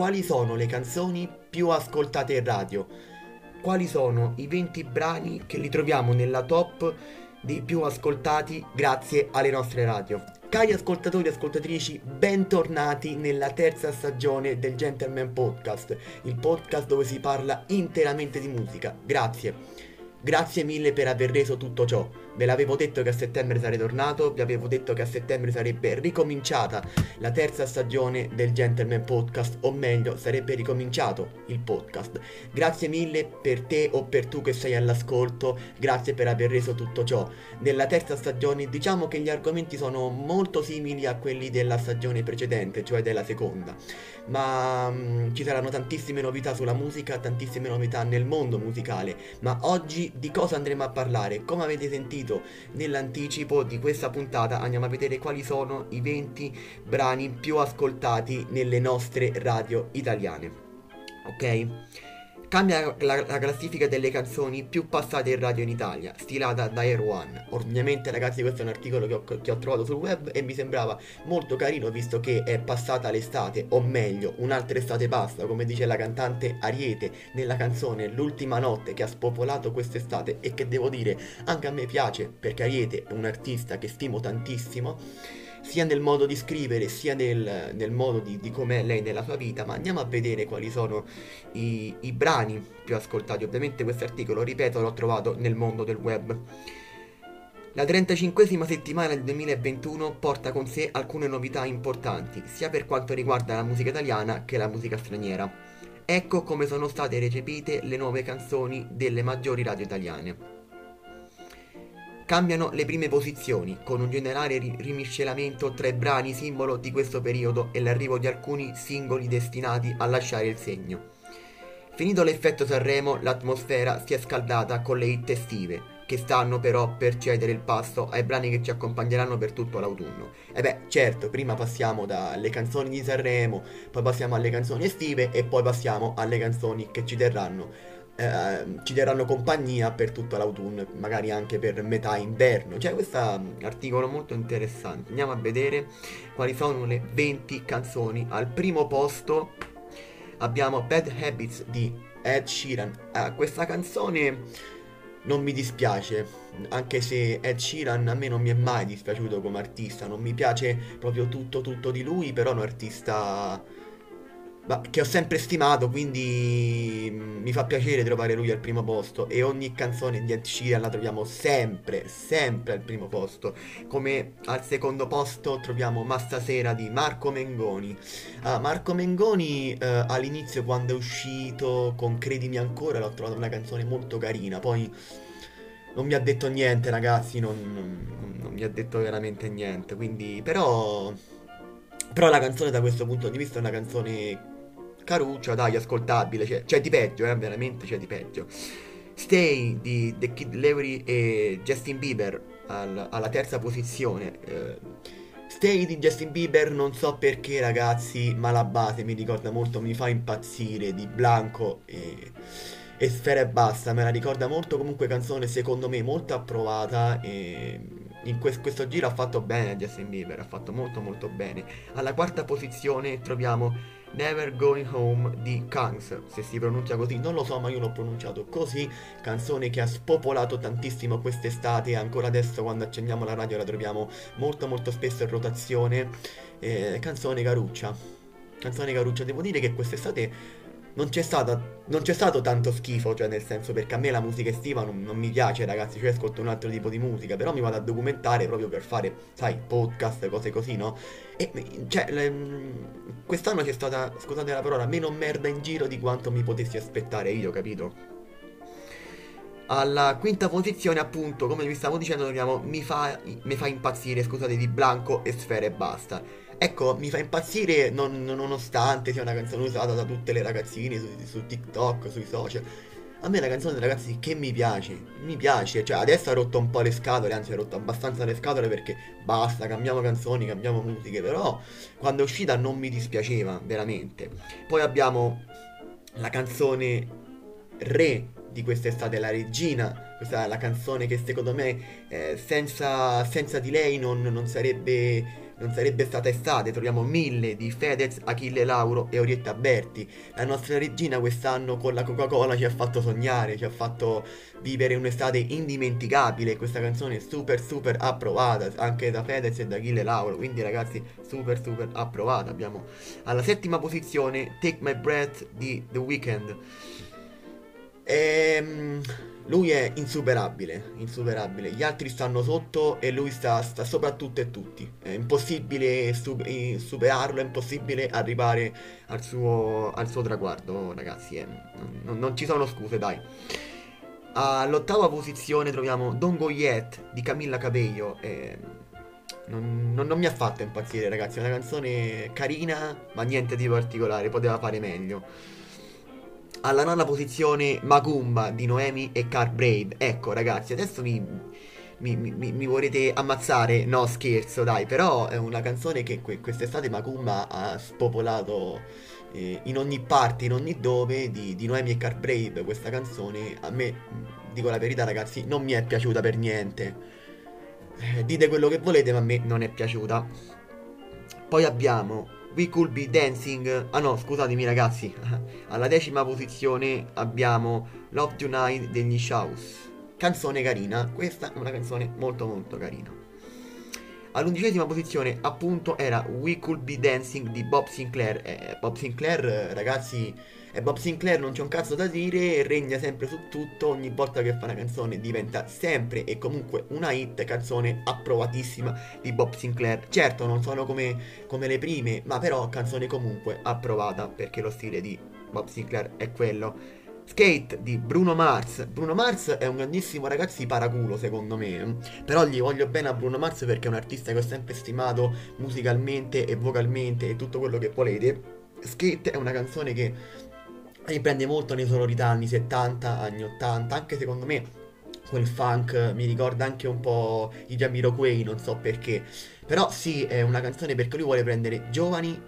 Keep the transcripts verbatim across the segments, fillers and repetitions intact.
quali sono le canzoni più ascoltate in radio, quali sono i venti brani che li troviamo nella top dei più ascoltati grazie alle nostre radio. Cari ascoltatori e ascoltatrici, bentornati nella terza stagione del Gentleman Podcast, il podcast dove si parla interamente di musica. Grazie. Grazie mille per aver reso tutto ciò. Ve l'avevo detto che a settembre sarei tornato, vi avevo detto che a settembre sarebbe ricominciata la terza stagione del Gentleman Podcast, o meglio, sarebbe ricominciato il podcast. Grazie mille per te o per tu che sei all'ascolto, grazie per aver reso tutto ciò. Nella terza stagione diciamo che gli argomenti sono molto simili a quelli della stagione precedente, cioè della seconda, ma mh, ci saranno tantissime novità sulla musica, tantissime novità nel mondo musicale, ma oggi di cosa andremo a parlare? Come avete sentito nell'anticipo di questa puntata, andiamo a vedere quali sono i venti brani più ascoltati nelle nostre radio italiane. Ok? Cambia la, la classifica delle canzoni più passate in radio in Italia, stilata da Air One. Ovviamente ragazzi, questo è un articolo che ho, che ho trovato sul web e mi sembrava molto carino, visto che è passata l'estate, o meglio un'altra estate passa, come dice la cantante Ariete nella canzone L'ultima notte, che ha spopolato quest'estate e che devo dire anche a me piace, perché Ariete è un artista che stimo tantissimo, sia nel modo di scrivere sia nel, nel modo di, di com'è lei nella sua vita. Ma andiamo a vedere quali sono i, i brani più ascoltati. Ovviamente questo articolo, ripeto, l'ho trovato nel mondo del web. La trentacinquesima settimana del duemilaventuno porta con sé alcune novità importanti, sia per quanto riguarda la musica italiana che la musica straniera. Ecco come sono state recepite le nuove canzoni delle maggiori radio italiane. Cambiano le prime posizioni, con un generale ri- rimiscelamento tra i brani simbolo di questo periodo e l'arrivo di alcuni singoli destinati a lasciare il segno. Finito l'effetto Sanremo, l'atmosfera si è scaldata con le hit estive, che stanno però per cedere il passo ai brani che ci accompagneranno per tutto l'autunno. E beh, certo, prima passiamo dalle canzoni di Sanremo, poi passiamo alle canzoni estive e poi passiamo alle canzoni che ci terranno Eh, ci terranno compagnia per tutto l'autunno, magari anche per metà inverno. C'è questo articolo molto interessante. Andiamo a vedere quali sono le venti canzoni. Al primo posto abbiamo Bad Habits di Ed Sheeran. Eh, questa canzone non mi dispiace, anche se Ed Sheeran a me non mi è mai dispiaciuto come artista. Non mi piace proprio tutto tutto di lui, però è un artista ma che ho sempre stimato, quindi mi fa piacere trovare lui al primo posto. E ogni canzone di Ed Sheeran la troviamo sempre, sempre al primo posto. Come al secondo posto troviamo Ma stasera di Marco Mengoni. Ah, Marco Mengoni eh, all'inizio, quando è uscito con Credimi ancora, l'ho trovata una canzone molto carina. Poi non mi ha detto niente ragazzi, non, non- non mi ha detto veramente niente. Quindi però però la canzone da questo punto di vista è una canzone caruccia, dai, ascoltabile, c'è, c'è di peggio, eh, veramente c'è di peggio. Stay di The Kid Laroi e Justin Bieber al- alla terza posizione. Eh, Stay di Justin Bieber, non so perché ragazzi, ma la base mi ricorda molto, mi fa impazzire, di Blanco e, e Sfera e Basta, me la ricorda molto. Comunque canzone secondo me molto approvata, e in quest- questo giro ha fatto bene Justin Bieber, ha fatto molto molto bene. Alla quarta posizione troviamo Never Going Home di Kangs, se si pronuncia così, non lo so, ma io l'ho pronunciato così. Canzone che ha spopolato tantissimo quest'estate e ancora adesso quando accendiamo la radio la troviamo molto molto spesso in rotazione. Eh, canzone caruccia, canzone caruccia, devo dire che quest'estate non c'è stata, non c'è stato tanto schifo, cioè nel senso, perché a me la musica estiva non, non mi piace ragazzi, cioè ascolto un altro tipo di musica, però mi vado a documentare proprio per fare, sai, podcast, cose così, no? E cioè, le- quest'anno c'è stata, scusate la parola, meno merda in giro di quanto mi potessi aspettare io, capito? Alla quinta posizione, appunto, come vi stavo dicendo, troviamo Mi fa, mi fa impazzire, scusate, di Blanco e Sfera e Basta. Ecco, mi fa impazzire non- nonostante sia una canzone usata da tutte le ragazzine su, su TikTok, sui social. A me è una canzone, ragazzi, che mi piace, mi piace, cioè adesso ha rotto un po' le scatole, anzi ha rotto abbastanza le scatole perché basta, cambiamo canzoni, cambiamo musiche, però quando è uscita non mi dispiaceva, veramente. Poi abbiamo la canzone Re di quest'estate, La Regina. Questa è la canzone che secondo me eh, senza, senza di lei non, non sarebbe Non sarebbe stata estate, troviamo Mille di Fedez, Achille Lauro e Orietta Berti. La nostra regina quest'anno con la Coca-Cola ci ha fatto sognare, ci ha fatto vivere un'estate indimenticabile. Questa canzone è super super approvata anche da Fedez e da Achille Lauro, quindi ragazzi super super approvata. Abbiamo alla settima posizione Take My Breath di The Weeknd. Ehm, lui è insuperabile, insuperabile. Gli altri stanno sotto e lui sta, sta sopra tutto e tutti. È impossibile su- eh, superarlo, è impossibile arrivare al suo, al suo traguardo, ragazzi. eh. Non, non ci sono scuse, dai. All'ottava posizione troviamo Don't Go Yet di Camilla Cabello. eh, non, non- non mi ha fatto impazzire, ragazzi. È una canzone carina, ma niente di particolare, poteva fare meglio. Alla nona posizione Macumba di Noemi e Car Brave. Ecco ragazzi, adesso mi, mi, mi- mi- mi volete ammazzare? No, scherzo, dai, però è una canzone che que- quest'estate Macumba ha spopolato eh, in ogni parte, in ogni dove di, di Noemi e Car Brave. Questa canzone a me, dico la verità ragazzi, non mi è piaciuta per niente. Eh, dite quello che volete, ma a me non è piaciuta. Poi abbiamo We Could Be Dancing. Ah no, scusatemi ragazzi. Alla decima posizione abbiamo Love Tonight degli Shouse. Canzone carina. Questa è una canzone molto molto carina. All'undicesima posizione appunto era We Could Be Dancing di Bob Sinclair. Eh, Bob Sinclair, eh, ragazzi, è Bob Sinclair, non c'è un cazzo da dire, regna sempre su tutto, ogni volta che fa una canzone diventa sempre e comunque una hit, canzone approvatissima di Bob Sinclair. Certo, non sono come, come le prime, ma però canzone comunque approvata perché lo stile di Bob Sinclair è quello. Skate di Bruno Mars. Bruno Mars è un grandissimo ragazzi paraculo secondo me. Però gli voglio bene a Bruno Mars perché è un artista che ho sempre stimato musicalmente e vocalmente e tutto quello che volete. Skate è una canzone che riprende molto le sonorità anni settanta, anni ottanta, anche secondo me quel funk mi ricorda anche un po' i Jamiroquai, non so perché. Però sì, è una canzone perché lui vuole prendere giovani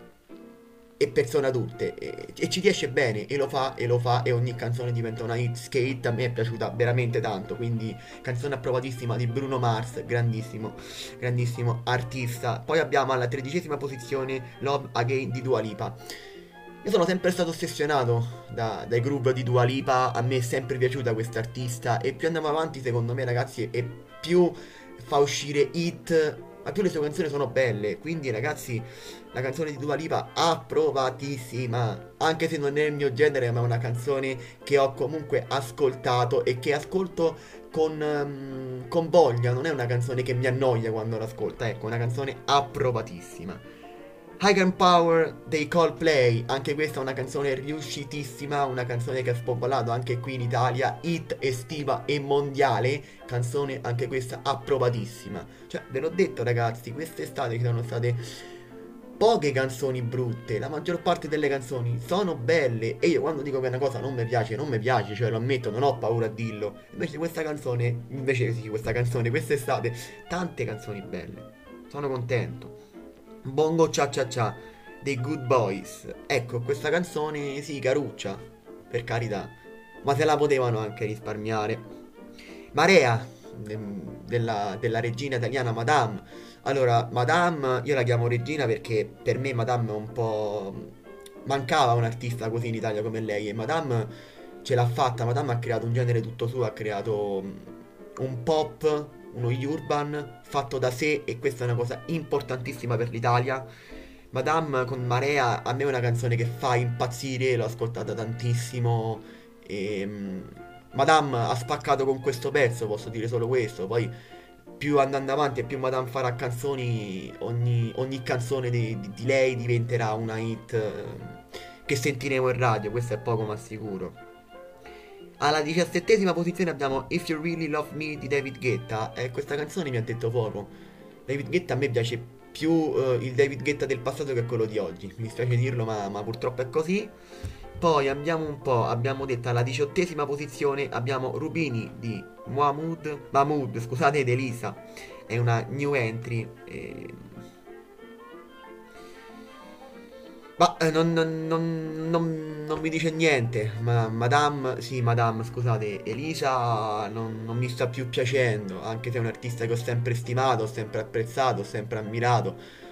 e persone adulte e, e ci riesce bene e lo fa e lo fa e ogni canzone diventa una hit. Skate a me è piaciuta veramente tanto, quindi canzone approvatissima di Bruno Mars, grandissimo, grandissimo artista. Poi abbiamo alla tredicesima posizione Love Again di Dua Lipa. Io sono sempre stato ossessionato da- dai groove di Dua Lipa, a me è sempre piaciuta questa artista e più andiamo avanti secondo me ragazzi e più fa uscire hit, ma più le sue canzoni sono belle, quindi ragazzi la canzone di Dua Lipa approvatissima, anche se non è il mio genere ma è una canzone che ho comunque ascoltato e che ascolto con, ehm, con voglia, non è una canzone che mi annoia quando l'ascolta, ecco, una canzone approvatissima. Higher Power dei Coldplay, anche questa è una canzone riuscitissima, una canzone che ha spopolato anche qui in Italia, hit estiva e mondiale, canzone anche questa approvatissima. Cioè, ve l'ho detto ragazzi, quest'estate ci sono state poche canzoni brutte, la maggior parte delle canzoni sono belle e io quando dico che una cosa non mi piace, non mi piace, cioè lo ammetto, non ho paura a dirlo. Invece questa canzone, invece sì, questa canzone, quest'estate, tante canzoni belle, sono contento. Bongo Cha Cha Cha dei Good Boys. Ecco, questa canzone sì, caruccia, per carità, ma se la potevano anche risparmiare. Marea de- della, della regina italiana Madame. Allora, Madame, io la chiamo regina perché per me Madame è un po'... Mancava un artista così in Italia come lei e Madame ce l'ha fatta. Madame ha creato un genere tutto suo, ha creato un pop, uno urban fatto da sé e questa è una cosa importantissima per l'Italia. Madame con Marea a me è una canzone che fa impazzire, l'ho ascoltata tantissimo e mm, Madame ha spaccato con questo pezzo, posso dire solo questo. Poi più andando avanti e più Madame farà canzoni, ogni, ogni canzone di, di- di lei diventerà una hit eh, che sentiremo in radio, questo è poco ma sicuro. Alla diciassettesima posizione abbiamo If You Really Love Me di David Guetta. E questa canzone mi ha detto poco. David Guetta a me piace più eh, il David Guetta del passato che quello di oggi. Mi dispiace dirlo, ma, ma purtroppo è così. Poi andiamo un po', abbiamo detto alla diciottesima posizione abbiamo Rubini di Mahmood, Mahmood, scusate, ed Elisa. È una new entry. E ma eh, non, non- non- non- non mi dice niente, ma Madame, sì, Madame, scusate, Elisa non, non mi sta più piacendo, anche se è un artista che ho sempre stimato, ho sempre apprezzato, ho sempre ammirato.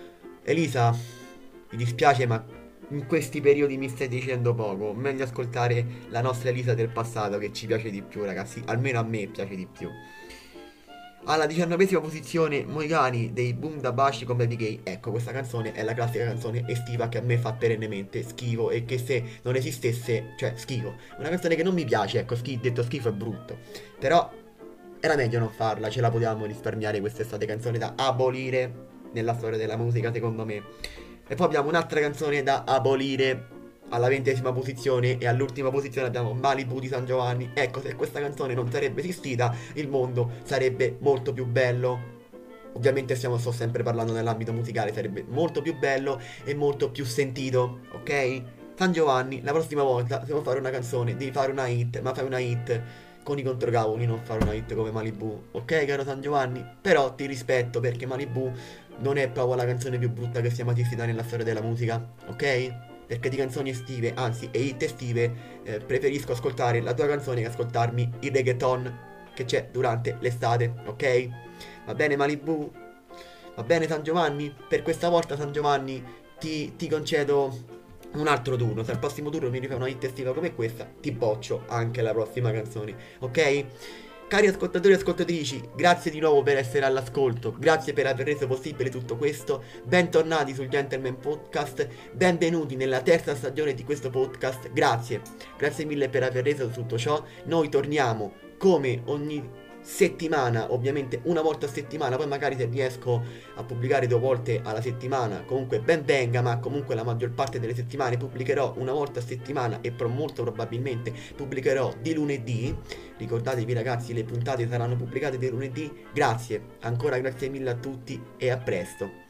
Elisa, mi dispiace, ma in questi periodi mi stai dicendo poco. Meglio ascoltare la nostra Elisa del passato che ci piace di più, ragazzi. Almeno a me piace di più. Alla diciannovesima posizione, Moicani dei Boom da Baci con Baby Gay. Ecco, questa canzone è la classica canzone estiva che a me fa perennemente schifo e che se non esistesse, cioè schifo. Una canzone che non mi piace, ecco, schi- detto schifo è brutto. Però era meglio non farla, ce la potevamo risparmiare quest'estate, canzone da abolire nella storia della musica, secondo me. E poi abbiamo un'altra canzone da abolire alla ventesima posizione e all'ultima posizione abbiamo Malibu di San Giovanni. Ecco, se questa canzone non sarebbe esistita, il mondo sarebbe molto più bello. Ovviamente stiamo, sto sempre parlando nell'ambito musicale, sarebbe molto più bello e molto più sentito, ok? San Giovanni, la prossima volta, se vuoi fare una canzone, devi fare una hit, ma fai una hit con i controcavoli, non fare una hit come Malibu, ok caro San Giovanni? Però ti rispetto perché Malibu non è proprio la canzone più brutta che sia mai esistita nella storia della musica, ok? Perché di canzoni estive, anzi, e hit estive, eh, preferisco ascoltare la tua canzone che ascoltarmi il reggaeton che c'è durante l'estate, ok? Va bene Malibu? Va bene San Giovanni? Per questa volta San Giovanni ti, ti concedo un altro turno. Se al prossimo turno mi rifai una hit estiva come questa, ti boccio anche la prossima canzone, ok? Cari ascoltatori e ascoltatrici, grazie di nuovo per essere all'ascolto, grazie per aver reso possibile tutto questo, bentornati sul Gentleman Podcast, benvenuti nella terza stagione di questo podcast, grazie, grazie mille per aver reso tutto ciò, noi torniamo come ogni settimana, ovviamente una volta a settimana, poi magari se riesco a pubblicare due volte alla settimana, comunque ben venga, ma comunque la maggior parte delle settimane pubblicherò una volta a settimana e pro- molto probabilmente pubblicherò di lunedì. Ricordatevi ragazzi, le puntate saranno pubblicate di lunedì. Grazie, ancora grazie mille a tutti e a presto.